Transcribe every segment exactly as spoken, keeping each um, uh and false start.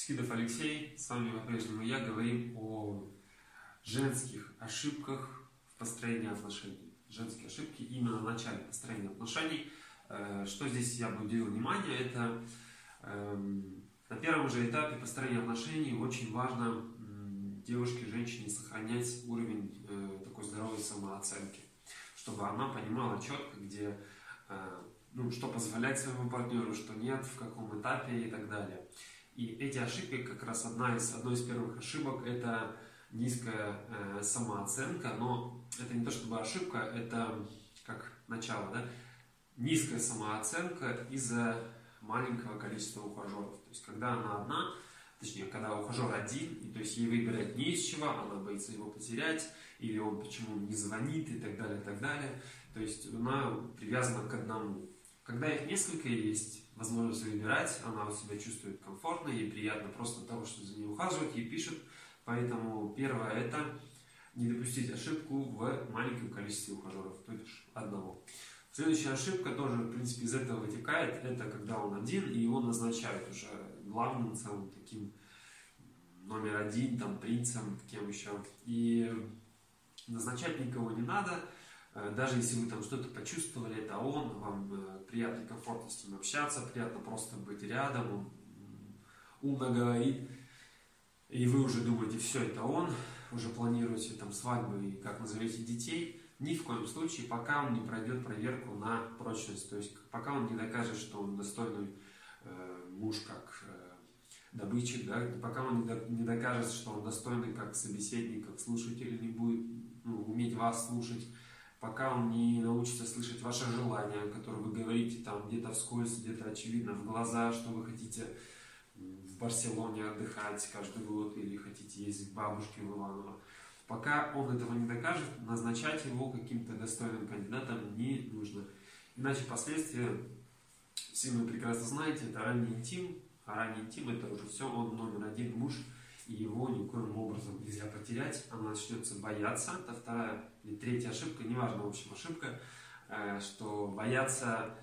Скидов Алексей, с вами по-прежнему я, говорим о женских ошибках в построении отношений. Женские ошибки именно в начале построения отношений. Что здесь я буду делать внимание, это на первом же этапе построения отношений очень важно девушке, женщине сохранять уровень такой здоровой самооценки, чтобы она понимала четко, где, ну, что позволять своему партнеру, что нет, в каком этапе и так далее. И эти ошибки, как раз одна из, одной из первых ошибок, это низкая э, самооценка, но это не то чтобы ошибка, это как начало, да? Низкая самооценка из-за маленького количества ухажеров. То есть, когда она одна, точнее, когда ухажер один, и, то есть ей выбирать не из чего, она боится его потерять, или он почему не звонит, и так далее, и так далее. То есть, она привязана к одному. Когда их несколько, есть возможность выбирать, она у себя чувствует комфортно, ей приятно просто того, что за ней ухаживают, ей пишут. Поэтому первое – это не допустить ошибку в маленьком количестве ухажеров, то есть одного. Следующая ошибка тоже, в принципе, из этого вытекает, это когда он один, и его назначают уже главным, целым таким номер один, там, принцем, кем еще. И назначать никого не надо. Даже если вы там что-то почувствовали, это он, вам приятно и комфортно с ним общаться, приятно просто быть рядом, он умно говорит, и вы уже думаете, все, это он, уже планируете там свадьбу и как назовете детей, ни в коем случае, пока он не пройдет проверку на прочность, то есть пока он не докажет, что он достойный э, муж как э, добытчик, да, пока он не докажет, что он достойный как собеседник, как слушатель, не будет ну, уметь вас слушать, пока он не научится слышать ваши желания, которые вы говорите там где-то вскользь, где-то очевидно в глаза, что вы хотите в Барселоне отдыхать каждый год или хотите ездить к бабушке в Иваново. Пока он этого не докажет, назначать его каким-то достойным кандидатом не нужно. Иначе последствия, все вы прекрасно знаете, это ранний интим, а ранний интим это уже все, он номер один муж, и его никоим образом нельзя потерять, она начнется бояться. Это вторая или третья ошибка, неважно, в общем, ошибка, что бояться,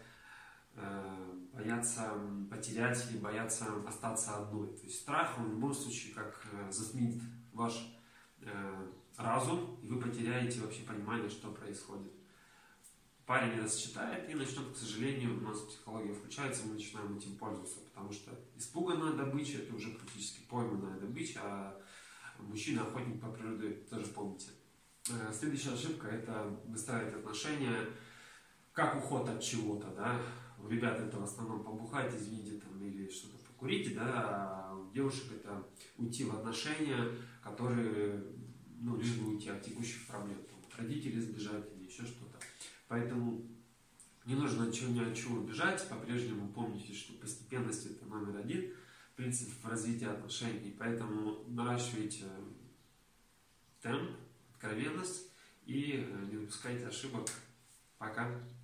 бояться потерять или бояться остаться одной. То есть страх, он в любом случае как затмит ваш разум, и вы потеряете вообще понимание, что происходит. Парень это считает и начнет, к сожалению, у нас психология включается, мы начинаем этим пользоваться, потому что испуганная добыча – это уже практически пойманная добыча, а мужчина-охотник по природе, тоже помните. Следующая ошибка – это выстраивать отношения как уход от чего-то, да. У ребят это в основном побухать, извините, там, или что-то покурить, да, а у девушек это уйти в отношения, которые, ну, лишь бы уйти от текущих проблем, там, от родителей сбежать или еще что-то. Поэтому не нужно ни от чего бежать, по-прежнему помните, что постепенность это номер один, принцип развития отношений, поэтому наращивайте темп, откровенность и не допускайте ошибок. Пока.